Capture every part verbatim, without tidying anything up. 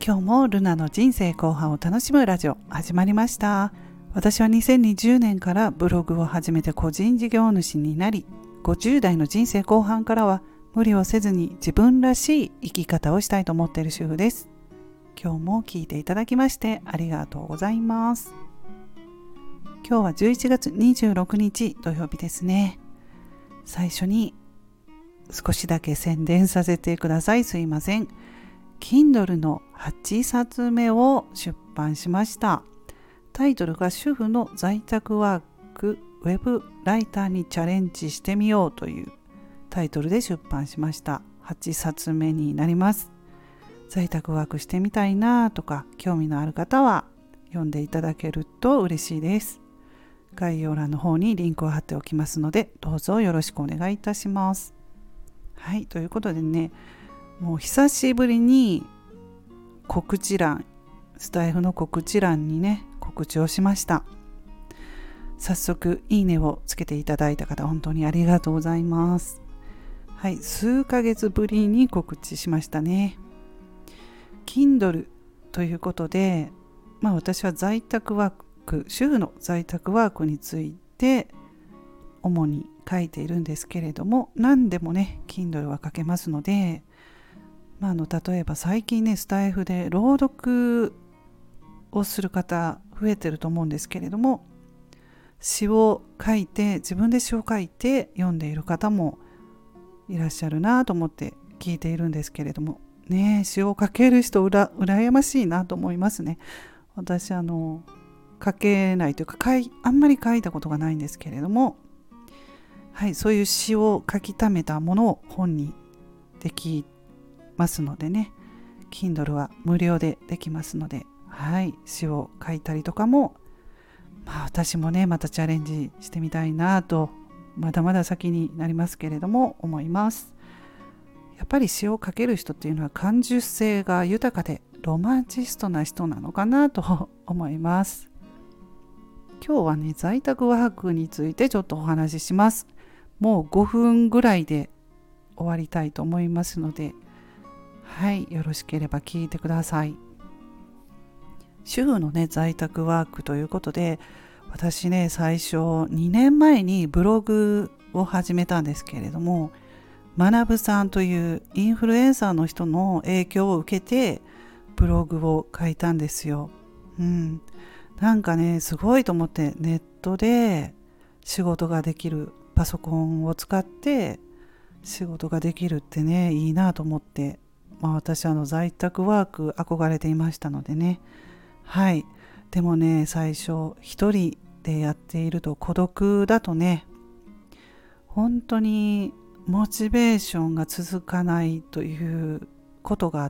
今日もルナの人生後半を楽しむラジオ始まりました。私はにせんにじゅうねんからブログを始めて個人事業主になり、ごじゅう代の人生後半からは無理をせずに自分らしい生き方をしたいと思っている主婦です。今日も聞いていただきましてありがとうございます。今日はじゅういちがつにじゅうろくにち土曜日ですね。最初に少しだけ宣伝させてください。すいません。Kindle のはちさつめを出版しました。タイトルが主婦の在宅ワークウェブライターにチャレンジしてみようというタイトルで出版しました。はちさつめになります。在宅ワークしてみたいなとか興味のある方は読んでいただけると嬉しいです。概要欄の方にリンクを貼っておきますので、どうぞよろしくお願いいたします。はい、ということでね、もう久しぶりに告知欄、スタイフの告知欄にね、告知をしました。早速いいねをつけていただいた方、本当にありがとうございます。はい、数ヶ月ぶりに告知しましたね。Kindle ということで、まあ私は在宅ワーク、主婦の在宅ワークについて主に書いているんですけれども、何でもね Kindle は書けますので、まあ、あの例えば最近ねスタイフで朗読をする方増えてると思うんですけれども、詩を書いて自分で詩を書いて読んでいる方もいらっしゃるなと思って聞いているんですけれどもね、詩を書ける人うら羨ましいなと思いますね。私あの書けないというか書いあんまり書いたことがないんですけれども、はい、そういう詩を書き溜めたものを本にできますのでね、 Kindle は無料でできますので、はい、詩を書いたりとかも、まあ私もねまたチャレンジしてみたいなと、まだまだ先になりますけれども思います。やっぱり詩を書ける人っていうのは感受性が豊かでロマンチストな人なのかなと思います。今日はね在宅ワークについてちょっとお話しします。もうごふんぐらいで終わりたいと思いますので、はい、よろしければ聞いてください。主婦のね在宅ワークということで、私ね最初にねんまえにブログを始めたんですけれども、まなぶさんというインフルエンサーの人の影響を受けてブログを書いたんですよ。うん、なんかねすごいと思って、ネットで仕事ができる、パソコンを使って仕事ができるってねいいなと思って、まあ私あの在宅ワーク憧れていましたのでね。はい、でもね最初一人でやっていると孤独だとね、本当にモチベーションが続かないということがあって、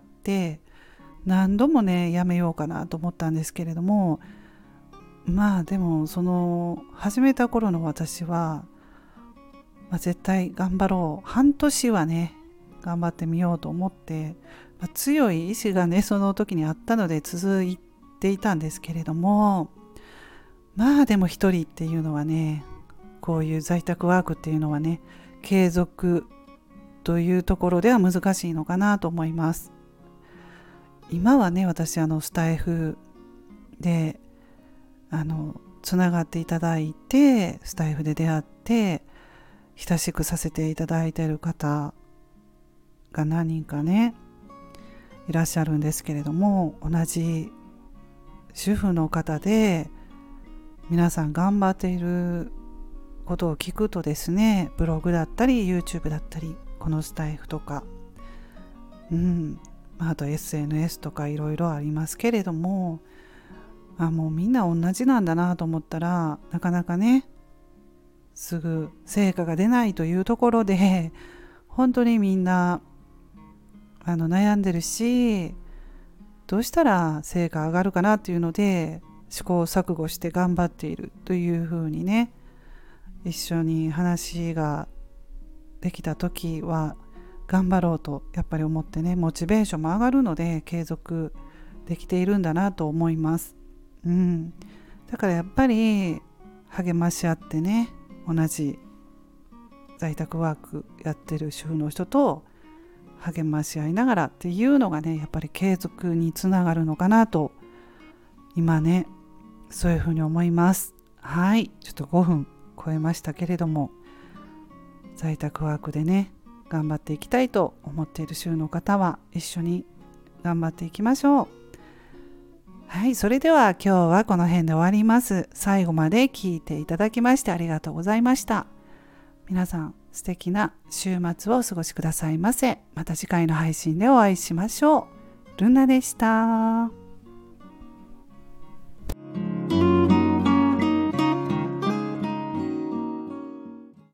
何度もねやめようかなと思ったんですけれども、まあでもその始めた頃の私は、まあ、絶対頑張ろう、半年はね頑張ってみようと思って、まあ、強い意志がねその時にあったので続いていたんですけれども、まあでも一人っていうのはね、こういう在宅ワークっていうのはね継続というところでは難しいのかなと思います。今はね私あのスタイフであのつながっていただいて、スタイフで出会って親しくさせていただいている方が何人かねいらっしゃるんですけれども、同じ主婦の方で皆さん頑張っていることを聞くとですね、ブログだったり YouTube だったりこのスタイフとか、うんあと エスエヌエス とかいろいろありますけれども、あもうみんな同じなんだなと思ったら、なかなかねすぐ成果が出ないというところで、本当にみんなあの悩んでるし、どうしたら成果上がるかなっていうので試行錯誤して頑張っているというふうにね、一緒に話ができた時は頑張ろうとやっぱり思ってね、モチベーションも上がるので継続できているんだなと思います。うん、だからやっぱり励まし合ってね、同じ在宅ワークやってる主婦の人と励まし合いながらっていうのがね、やっぱり継続につながるのかなと今ね、そういうふうに思います。はい、ちょっとごふん超えましたけれども、在宅ワークでね頑張っていきたいと思っている週の方は一緒に頑張っていきましょう。はい、それでは今日はこの辺で終わります。最後まで聞いていただきましてありがとうございました。皆さん素敵な週末をお過ごしくださいませ。また次回の配信でお会いしましょう。ルナでした。